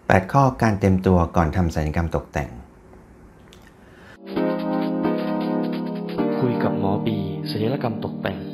8 ข้อการเตรียมตัวก่อนทำศัลยกรรมตกแต่งคุยกับหมอบีศัลยกรรมตกแต่ง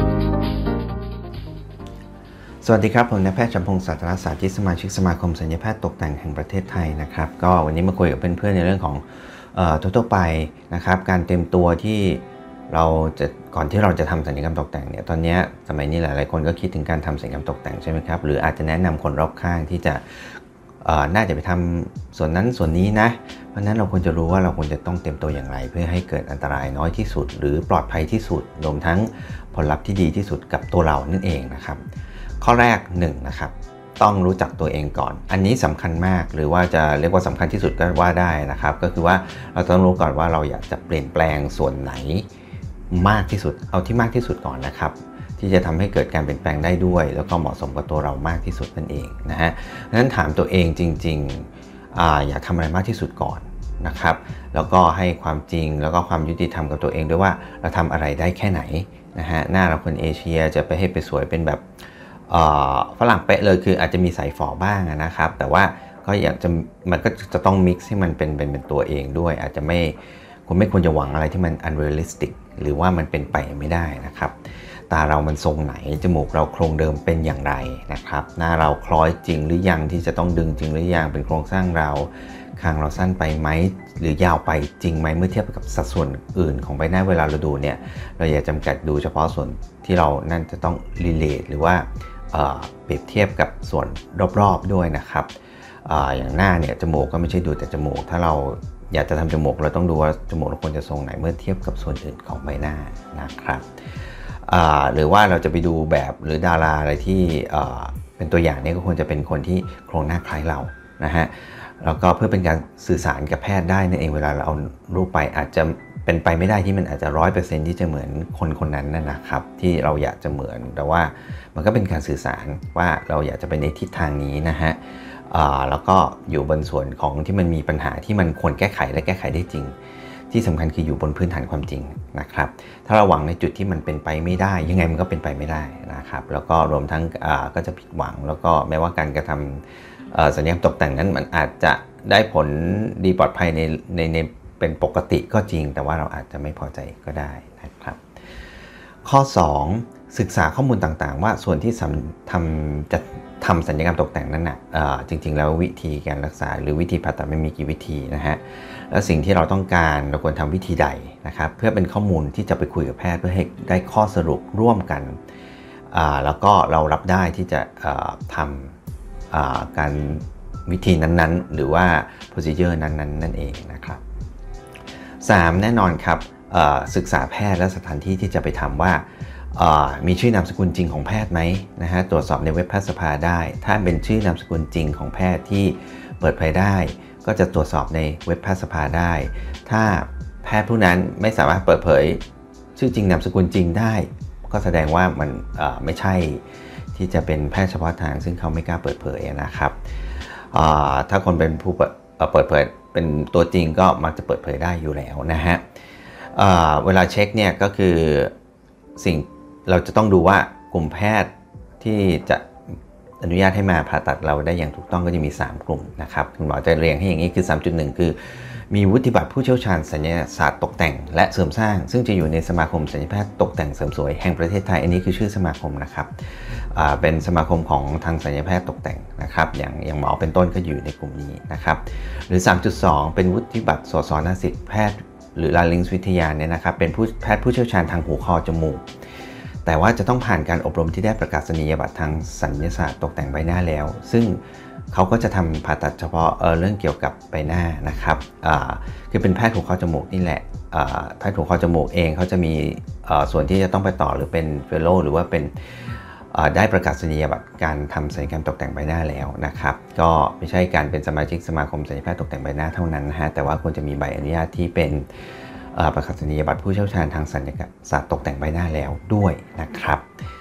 สวัสดีครับผมนายแพทย์จำพงศ์ ศาสตราศาสตร์ที่สมาชิกสมาคมศัลยแพทย์ตกแต่งแห่งประเทศไทยนะครับก็วันนี้มาคุยกับเพื่อนๆในเรื่องของทั่วไปนะครับการเตรียมตัวที่เราจะก่อนที่เราจะทำศัลยกรรมตกแต่งเนี่ยตอนนี้สมัยนี้หลายๆคนก็คิดถึงการทำศัลยกรรมตกแต่งใช่ไหมครับหรืออาจจะแนะนำคนรอบข้างที่จะน่าจะไปทำส่วนนั้นส่วนนี้นะเพราะนั้นเราควรจะรู้ว่าเราควรจะต้องเตรียมตัวอย่างไรเพื่อให้เกิดอันตรายน้อยที่สุดหรือปลอดภัยที่สุดรวมทั้งผลลัพธ์ที่ดีที่สุดกับตัวเรานั่นเองนะครับข้อแรก1นะครับต้องรู้จักตัวเองก่อนอันนี้สำคัญมากหรือว่าจะเรียกว่าสำคัญที่สุดก็ว่าได้นะครับก็คือว่าเราต้องรู้ก่อนว่าเราอยากจะเปลี่ยนแปลงส่วนไหนมากที่สุดเอาที่มากที่สุดก่อนนะครับที่จะทำให้เกิดการเปลี่ยนแปลงได้ด้วยแล้วก็เหมาะสมกับตัวเรามากที่สุดนั่นเองนะฮะดังนั้นถามตัวเองจริงๆอยากทำอะไรมากที่สุดก่อนนะครับแล้วก็ให้ความจริงแล้วก็ความยุติธรรมกับตัวเองด้วยว่าเราทำอะไรได้แค่ไหนนะฮะหน้าเราคนเอเชียจะไปสวยเป็นแบบฝรั่งเป๊ะเลยคืออาจจะมีสายฝอบ้างนะครับแต่ว่าก็อยากจะมันก็จะต้องมิกซ์ให้มันเป็นตัวเองด้วยอาจจะคุณไม่ควรจะหวังอะไรที่มัน unrealistic หรือว่ามันเป็นไปไม่ได้นะครับตาเรามันทรงไหนจมูกเราโครงเดิมเป็นอย่างไรนะครับหน้าเราคล้อยจริงหรือยังที่จะต้องดึงจริงหรือยังเป็นโครงสร้างเราคางเราสั้นไปไหมหรือยาวไปจริงไหมเมื่อเทียบกับสัดส่วนอื่นของใบหน้าเวลาเราดูเนี่ยเราอย่าจำกัดดูเฉพาะส่วนที่เรานั่นจะต้อง relate หรือว่าเปรียบเทียบกับส่วนรอบๆด้วยนะครับอย่างหน้าเนี่ยจมูกก็ไม่ใช่ดูแต่จมูกถ้าเราอยากจะทำจมูกเราต้องดูว่าจมูกเราควรจะทรงไหนเมื่อเทียบกับส่วนอื่นของใบหน้านะครับหรือว่าเราจะไปดูแบบหรือดาราอะไรที่เป็นตัวอย่างนี้ก็ควรจะเป็นคนที่โครงหน้าคล้ายเรานะฮะแล้วก็เพื่อเป็นการสื่อสารกับแพทย์ได้นั่นเองเวลาเราเอารูปไปอาจจะเป็นไปไม่ได้ที่มันอาจจะ 100% ที่จะเหมือนคนนั้นนะครับที่เราอยากจะเหมือนแต่ว่ามันก็เป็นการสื่อสารว่าเราอยากจะไปในทิศทางนี้นะฮะแล้วก็อยู่บนส่วนของที่มันมีปัญหาที่มันควรแก้ไขและแก้ไขได้จริงที่สำคัญคืออยู่บนพื้นฐานความจริงนะครับถ้าเราหวังในจุดที่มันเป็นไปไม่ได้ยังไงมันก็เป็นไปไม่ได้นะครับแล้วก็รวมทั้งก็จะผิดหวังแล้วก็แม้ว่าการกระทำศัลยกรรมตกแต่งนั้นมันอาจจะได้ผลดีปลอดภัยในเป็นปกติก็จริงแต่ว่าเราอาจจะไม่พอใจก็ได้นะครับข้อ2ศึกษาข้อมูลต่างๆว่าส่วนที่จะทำศัลยกรรมตกแต่งนั้นนะจริงๆแล้ววิธีการรักษาหรือวิธีผ่าตัดไม่มีกี่วิธีนะฮะแล้วสิ่งที่เราต้องการเราควรทำวิธีใดนะครับเพื่อเป็นข้อมูลที่จะไปคุยกับแพทย์เพื่อให้ได้ข้อสรุปร่วมกันแล้วก็เรารับได้ที่จะทำการวิธีนั้นๆหรือว่า procedure นั้นนั่นเองนะครับ3แน่นอนครับศึกษาแพทย์และสถานที่ที่จะไปทำว่ามีชื่อนามสกุลจริงของแพทย์ไหมนะฮะตรวจสอบในเว็บแพทยสภาได้ถ้าเป็นชื่อนามสกุลจริงของแพทย์ที่เปิดเผยได้ก็จะตรวจสอบในเว็บแพทยสภาได้ถ้าแพทย์ผู้นั้นไม่สามารถเปิดเผยชื่อจริงนามสกุลจริงได้ก็แสดงว่ามันไม่ใช่ที่จะเป็นแพทย์เฉพาะทางซึ่งเขาไม่กล้าเปิดเผยนะครับถ้าคนเป็นผู้เปิดเผยเป็นตัวจริงก็มักจะเปิดเผยได้อยู่แล้วนะฮะเวลาเช็คเนี่ยก็คือสิ่งเราจะต้องดูว่ากลุ่มแพทย์ที่จะอนุญาตให้มาผ่าตัดเราได้อย่างถูกต้องก็จะมี3กลุ่มนะครับคุณหมอจะเรียงให้อย่างนี้คือ 3.1 คือมีวุฒิบัตรผู้เชี่ยวชาญศัลยศาสตร์ตกแต่งและเสริมสร้างซึ่งจะอยู่ในสมาคมศัลยแพทย์ตกแต่งเสริมสวยแห่งประเทศไทยอันนี้คือชื่อสมาคมนะครับเป็นสมาคมของทางศัลยแพทย์ตกแต่งนะครับอย่างหมอเป็นต้นก็อยู่ในกลุ่มนี้นะครับหรือ 3.2 เป็นวุฒิบัตรสสนศิษย์แพทย์หรือลาลิงส์วิทยาเนี่ยนะครับเป็นแพทย์ผู้เชี่ยวชาญทางหูคอจมูกแต่ว่าจะต้องผ่านการอบรมที่ได้ประกาศนียบัตรทางศัลยศาสตร์ตกแต่งใบหน้าแล้วซึ่งเขาก็จะทำผ่าตัดเฉพาะเรื่องเกี่ยวกับใบหน้านะครับคือเป็นแพทย์หูคอจมูกนี่แหละแพทย์หูคอจมูกเองเขาจะมีส่วนที่จะต้องไปต่อหรือเป็นเฟลโลหรือว่าเป็นได้ประกาศนียบัตรการทำศัลยกรรมตกแต่งใบหน้าแล้วนะครับก็ไม่ใช่การเป็นสมาชิกสมาคมศัลยแพทย์ตกแต่งใบหน้าเท่านั้นนะฮะแต่ว่าควรจะมีใบอนุญาตที่เป็นประกาศนียบัตรผู้เชี่ยวชาญทางศัลยศาสตร์ตกแต่งใบหน้าแล้วด้วยนะครับ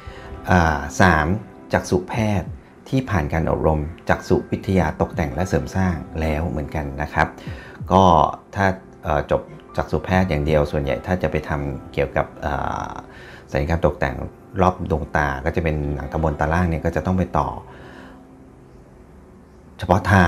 3จักษุแพทย์ที่ผ่านการอบรมจักษุวิทยาตกแต่งและเสริมสร้างแล้วเหมือนกันนะครับก็ถ้าจบจักษุแพทย์อย่างเดียวส่วนใหญ่ถ้าจะไปทำเกี่ยวกับศัลยกรรมตกแต่งรอบดวงตาก็จะเป็นหนังตาบนตาล่างเนี่ยก็จะต้องไปต่อเฉพาะทาง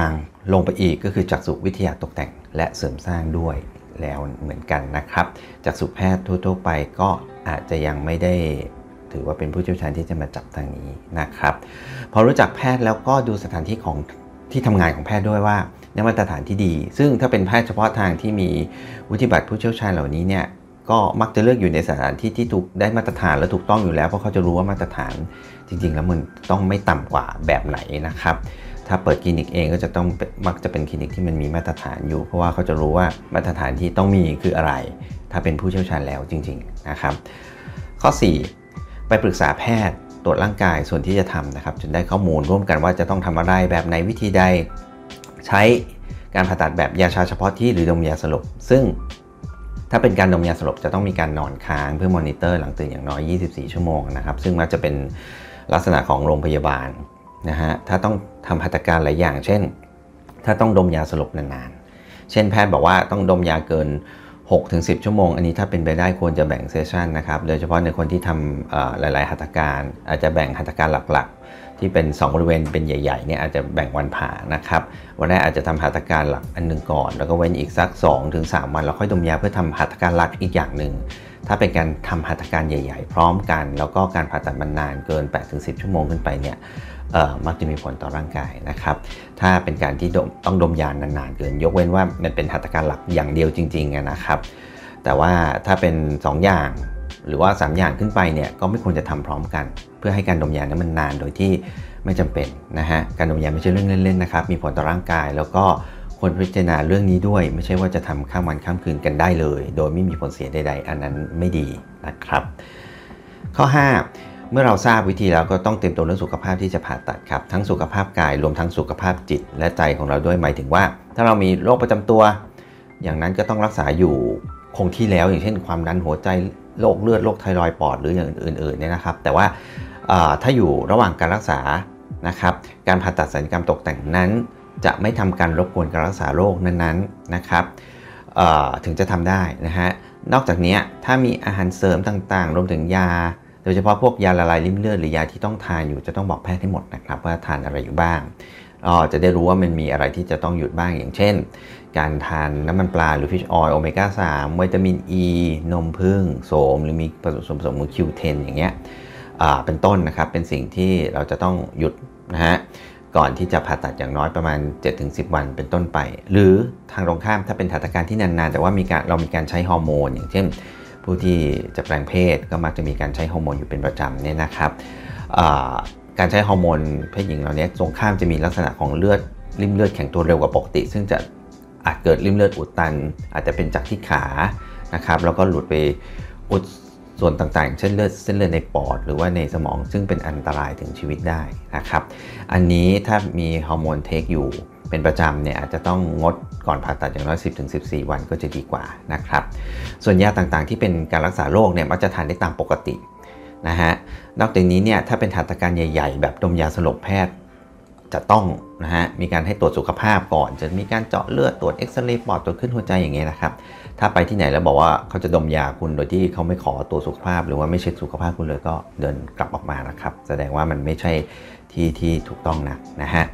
ลงไปอีกก็คือจักษุวิทยาตกแต่งและเสริมสร้างด้วยแล้วเหมือนกันนะครับจักษุแพทย์ทั่วๆไปก็อาจจะยังไม่ได้ถือว่าเป็นผู้เชี่ยวชาญที่จะมาจับทางนี้นะครับพอรู้จักแพทย์แล้วก็ดูสถานที่ของที่ทำงานของแพทย์ด้วยว่าได้มาตรฐานที่ดีซึ่งถ้าเป็นแพทย์เฉพาะทางที่มีวุฒิบัตรผู้เชี่ยวชาญเหล่านี้เนี่ยก็มักจะเลือกอยู่ในสถานที่ที่ถูกได้มาตรฐานและถูกต้องอยู่แล้วเพราะเขาจะรู้ว่ามาตรฐานจริงๆแล้วมันต้องไม่ต่ำกว่าแบบไหนนะครับถ้าเปิดคลินิกเองก็จะต้องมักจะเป็นคลินิกที่มันมีมาตรฐานอยู่เพราะว่าเขาจะรู้ว่ามาตรฐานที่ต้องมีคืออะไรถ้าเป็นผู้เชี่ยวชาญแล้วจริงๆนะครับข้อ4ไปปรึกษาแพทย์ตรวจร่างกายส่วนที่จะทำนะครับจนได้ข้อมูลร่วมกันว่าจะต้องทำอะไรแบบไหนวิธีใดใช้การผ่าตัดแบบยาชาเฉพาะที่หรือดมยาสลบซึ่งถ้าเป็นการดมยาสลบจะต้องมีการนอนค้างเพื่อมอนิเตอร์หลังตื่นอย่างน้อย24ชั่วโมงนะครับซึ่งมักจะเป็นลักษณะของโรงพยาบาลนะฮะถ้าต้องทำหัตถการหลายอย่างเช่นถ้าต้องดมยาสลบนานๆเช่นแพทย์บอกว่าต้องดมยาเกิน 6-10 ชั่วโมงอันนี้ถ้าเป็นไปได้ควรจะแบ่งเซสชันนะครับโดยเฉพาะในคนที่ทำหลายๆหัตถการอาจจะแบ่งหัตถการหลักๆที่เป็น2บริเวณเป็นใหญ่ๆเนี่ยอาจจะแบ่งวันผ่านะครับวันแรกอาจจะทำหัตถการหลักอันหนึ่งก่อนแล้วก็เว้นอีกสัก 2-3 วันแล้วค่อยดมยาเพื่อทำหัตถการหลักอีกอย่างหนึ่งถ้าเป็นการทำหัตถการใหญ่ๆพร้อมกันแล้วก็การผ่าตัดมันนานเกิน 8-10 ชั่วโมงขึ้นไปเนี่ยมักจะมีผลต่อร่างกายนะครับถ้าเป็นการที่ต้องดมยานานๆเกินยกเว้นว่ามันเป็นหัตถการหลักอย่างเดียวจริงๆนะครับแต่ว่าถ้าเป็น2อย่างหรือว่า3อย่างขึ้นไปเนี่ยก็ไม่ควรจะทำพร้อมกันเพื่อให้การดมยานั้นมันนานโดยที่ไม่จำเป็นนะฮะการดมยาไม่ใช่เรื่องเล่นๆนะครับมีผลต่อร่างกายแล้วก็ควรพิจารณาเรื่องนี้ด้วยไม่ใช่ว่าจะทำข้ามวันข้ามคืนกันได้เลยโดยไม่มีผลเสียใดๆอันนั้นไม่ดีนะครับข้อ5เมื่อเราทราบวิธีแล้วก็ต้องเตรียมตัวเรื่องสุขภาพที่จะผ่าตัดครับทั้งสุขภาพกายรวมทั้งสุขภาพจิตและใจของเราด้วยหมายถึงว่าถ้าเรามีโรคประจำตัวอย่างนั้นก็ต้องรักษาอยู่คงที่แล้วอย่างเช่นความดันหัวใจโรคเลือดโรคไทรอยด์ปอดหรืออย่างอื่นๆเนี่ยนะครับแต่ว่าถ้าอยู่ระหว่างการรักษานะครับการผ่าตัดศัลยกรรมตกแต่งนั้นจะไม่ทำการรบกวนการรักษาโรคนั้นๆนะครับถึงจะทำได้นะฮะนอกจากนี้ถ้ามีอาหารเสริมต่างๆรวมถึงยาโดยเฉพาะพวกยาละลายริ่มเลือดหรือยาที่ต้องทานอยู่จะต้องบอกแพทย์ให้หมดนะครับว่าทานอะไรอยู่บ้างจะได้รู้ว่ามันมีอะไรที่จะต้องหยุดบ้างอย่างเช่นการทานน้ำมันปลาหรือฟิชออยล์โอเมก้า3วิตามินอ e, นมผึ้งโสมหรือมีผสมของ Q10 อย่างเงี้ยเป็นต้นนะครับเป็นสิ่งที่เราจะต้องหยุดนะฮะก่อนที่จะผ่าตัดอย่างน้อยประมาณ 7-10 วันเป็นต้นไปหรือทางตรงข้ามถ้าเป็นหัตถการที่นานๆแต่ว่าเรามีการใช้ฮอร์โมนอย่างเช่นผู้ที่จะแปลงเพศก็มักจะมีการใช้ฮอร์โมนอยู่เป็นประจำเนี่ยนะครับการใช้ฮอร์โมนเพศหญิงเหล่านี้ตรงข้ามจะมีลักษณะของริ่มเลือดแข็งตัวเร็วกว่าปกติซึ่งจะอาจเกิดริ่มเลือดอุดตันอาจจะเป็นจากที่ขานะครับแล้วก็หลุดไปอุดส่วนต่างๆเช่นเส้นเลือดในปอดหรือว่าในสมองซึ่งเป็นอันตรายถึงชีวิตได้นะครับอันนี้ถ้ามีฮอร์โมนเทคอยู่เป็นประจำเนี่ยอาจจะต้องงดก่อนผ่าตัดอย่างน้อย 10-14 วันก็จะดีกว่านะครับส่วนยาต่างๆที่เป็นการรักษาโรคเนี่ยมักจะทานได้ตามปกตินะฮะนอกจากนี้เนี่ยถ้าเป็นหัตถการใหญ่ๆแบบดมยาสลบแพทย์จะต้องนะฮะมีการให้ตรวจสุขภาพก่อนจะมีการเจาะเลือดตรวจเอ็กซเรย์ปอดตรวจขึ้นหัวใจอย่างเงี้ยนะครับถ้าไปที่ไหนแล้วบอกว่าเขาจะดมยาคุณโดยที่เขาไม่ขอตรวจสุขภาพหรือว่าไม่เช็คสุขภาพคุณเลยก็เดินกลับออกมานะครับแสดงว่ามันไม่ใช่ที่ถูกต้องนะฮะ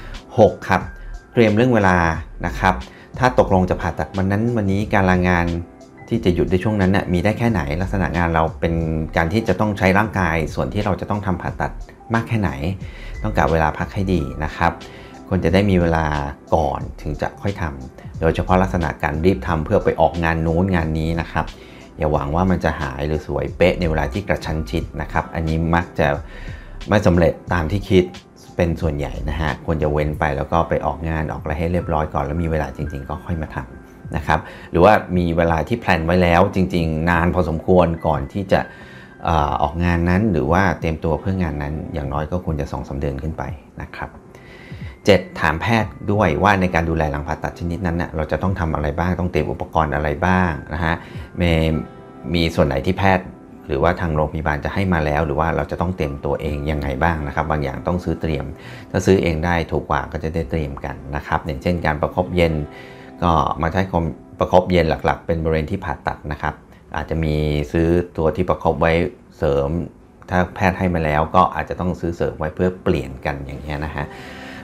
6ครับเตรียมเรื่องเวลานะครับถ้าตกลงจะผ่าตัดวันนี้การลางานที่จะหยุดในช่วงนั้นมีได้แค่ไหนลักษณะงานเราเป็นการที่จะต้องใช้ร่างกายส่วนที่เราจะต้องทำผ่าตัดมากแค่ไหนต้องกะเวลาพักให้ดีนะครับควรจะได้มีเวลาก่อนถึงจะค่อยทำโดยเฉพาะลักษณะการรีบทำเพื่อไปออกงานนู้นงานนี้นะครับอย่าหวังว่ามันจะหายหรือสวยเป๊ะในเวลาที่กระชั้นชิดนะครับอันนี้มักจะไม่สำเร็จตามที่คิดเป็นส่วนใหญ่นะฮะควรจะเว้นไปแล้วก็ไปออกงานออกอะไรให้เรียบร้อยก่อนแล้วมีเวลาจริงๆก็ค่อยมาทำนะครับหรือว่ามีเวลาที่แพลนไว้แล้วจริงๆนานพอสมควรก่อนที่จะออกงานนั้นหรือว่าเตรียมตัวเพื่องานนั้นอย่างน้อยก็ควรจะ 2-3 เดือนขึ้นไปนะครับ7ถามแพทย์ด้วยว่าในการดูแลหลังผ่าตัดชนิดนั้นเราจะต้องทำอะไรบ้างต้องเตรียมอุปกรณ์อะไรบ้างนะฮะมีส่วนไหนที่แพทย์หรือว่าทางโรงพยาบาลจะให้มาแล้วหรือว่าเราจะต้องเตรียมตัวเองยังไงบ้างนะครับบางอย่างต้องซื้อเตรียมถ้าซื้อเองได้ถูกกว่าก็จะได้เตรียมกันนะครับอย่างเช่นการประคบเย็นก็มาใช้ประคบเย็นหลักๆเป็นบริเวณที่ผ่าตัดนะครับอาจจะมีซื้อตัวที่ประคบไว้เสริมถ้าแพทย์ให้มาแล้วก็อาจจะต้องซื้อเสริมไว้เพื่อเปลี่ยนกันอย่างนี้นะฮะ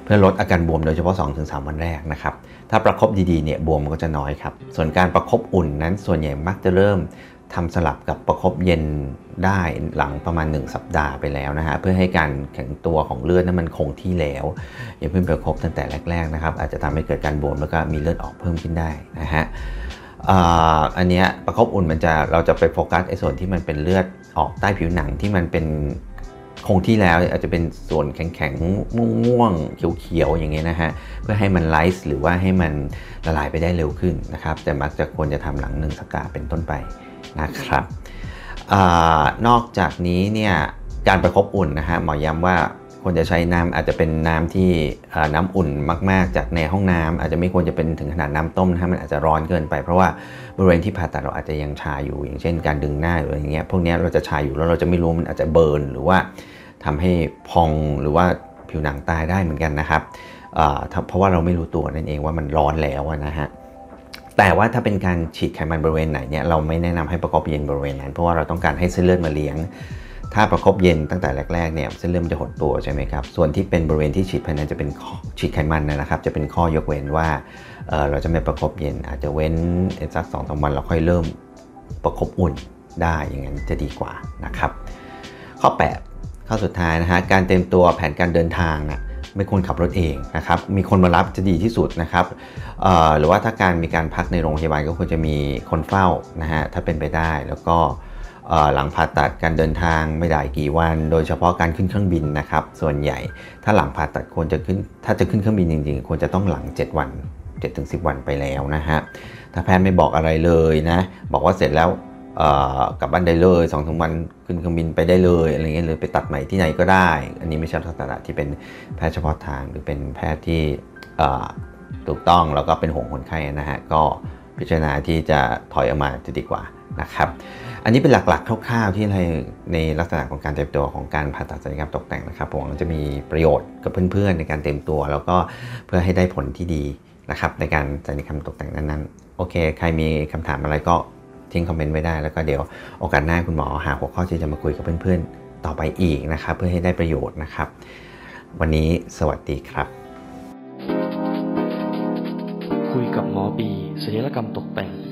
เพื่อลดอาการบวมโดยเฉพาะ 2-3 วันแรกนะครับถ้าประคบดีๆเนี่ยบวมมันก็จะน้อยครับส่วนการประคบอุ่นนั้นส่วนใหญ่มักจะเริ่มทำสลับกับประคบเย็นได้หลังประมาณ1สัปดาห์ไปแล้วนะฮะเพื่อให้การแข็งตัวของเลือดนั้นมันคงที่แล้วอย่าเพิ่งประคบตั้งแต่แรกๆนะครับอาจจะทำให้เกิดการบวมแล้วก็มีเลือดออกเพิ่มขึ้นได้นะฮะอันนี้ประคบอุ่นเราจะไปโฟกัสไอ้ส่วนที่มันเป็นเลือดออกใต้ผิวหนังที่มันเป็นคงที่แล้วอาจจะเป็นส่วนแข็งๆม่วงๆเขียวๆอย่างเงี้ยนะฮะเพื่อให้มันไลซ์หรือว่าให้มันละลายไปได้เร็วขึ้นนะครับแต่มักจะควรจะทำหลัง1สัปดาห์เป็นต้นไปนะครับนอกจากนี้เนี่ยการประคบอุ่นนะฮะหมอย้ำว่าควรจะใช้น้ำอาจจะเป็นน้ำที่น้ำอุ่นมากๆจากในห้องน้ำอาจจะไม่ควรจะเป็นถึงขนาดน้ำต้มนะมันอาจจะร้อนเกินไปเพราะว่าบริเวณที่ผ่าตัดเราอาจจะยังชาอยู่อย่างเช่นการดึงหน้าหรืออย่างเงี้ยพวกนี้เราจะชาอยู่แล้วเราจะไม่รู้มันอาจจะเบิร์นหรือว่าทำให้พองหรือว่าผิวหนังตายได้เหมือนกันนะครับเพราะว่าเราไม่รู้ตัวนั่นเองว่ามันร้อนแล้วนะฮะแต่ว่าถ้าเป็นการฉีดไขมันบริเวณไหนเนี่ยเราไม่แนะนำให้ประคบเย็นบริเวณนั้นเพราะว่าเราต้องการให้เส้นเลือดมาเลี้ยงถ้าประคบเย็นตั้งแต่แรกๆเนี่ยเส้นเลือดมันจะหดตัวใช่ไหมครับส่วนที่เป็นบริเวณที่ฉีดภายในจะเป็นฉีดไขมันนะครับจะเป็นข้อยกเว้นว่าเราจะไม่ประคบเย็นอาจจะเว้นสัก 2-3 วันเราค่อยเริ่มประคบอุ่นได้อย่างนั้นจะดีกว่านะครับข้อ8ข้อสุดท้ายนะฮะการเตรียมตัวแผนการเดินทางไม่ควรขับรถเองนะครับมีคนมารับจะดีที่สุดนะครับหรือว่าถ้ามีการพักในโรงพยาบาลก็ควรจะมีคนเฝ้านะฮะถ้าเป็นไปได้แล้วก็หลังผ่าตัดการเดินทางไม่ได้กี่วันโดยเฉพาะการขึ้นเครื่องบินนะครับส่วนใหญ่ถ้าหลังผ่าตัดควรจะขึ้นถ้าจะขึ้นเครื่องบินจริงๆควรจะต้องหลัง7วัน 7-10 วันไปแล้วนะฮะถ้าแพทย์ไม่บอกอะไรเลยนะบอกว่าเสร็จแล้วกลับบ้านได้เลย 2-3 วันขึ้นเครื่องบินไปได้เลยอะไรเงี้ยหรือไปตัดใหม่ที่ไหนก็ได้อันนี้ไม่ใช่ลักษณะที่เป็นแพทย์เฉพาะทางหรือเป็นแพทย์ที่ถูกต้องแล้วก็เป็นห่วงคนไข้นะฮะก็พิจารณาที่จะถอยออกมาจะดีกว่านะครับอันนี้เป็นหลักๆคร่าวๆที่ในลักษณะของการเตรียมตัวของการผ่าตัดศัลยกรรมตกแต่งนะครับผมจะมีประโยชน์กับเพื่อนๆในการเตรียมตัวแล้วก็เพื่อให้ได้ผลที่ดีนะครับในการศัลยกรรมตกแต่งนั้นๆโอเคใครมีคำถามอะไรก็ทิ้งคอมเมนต์ไว้ได้แล้วก็เดี๋ยวโอกาสหน้าคุณหมอหาหัวข้อที่จะมาคุยกับเพื่อนๆต่อไปอีกนะครับเพื่อให้ได้ประโยชน์นะครับวันนี้สวัสดีครับคุยกับหมอบีศัลยกรรมตกแต่ง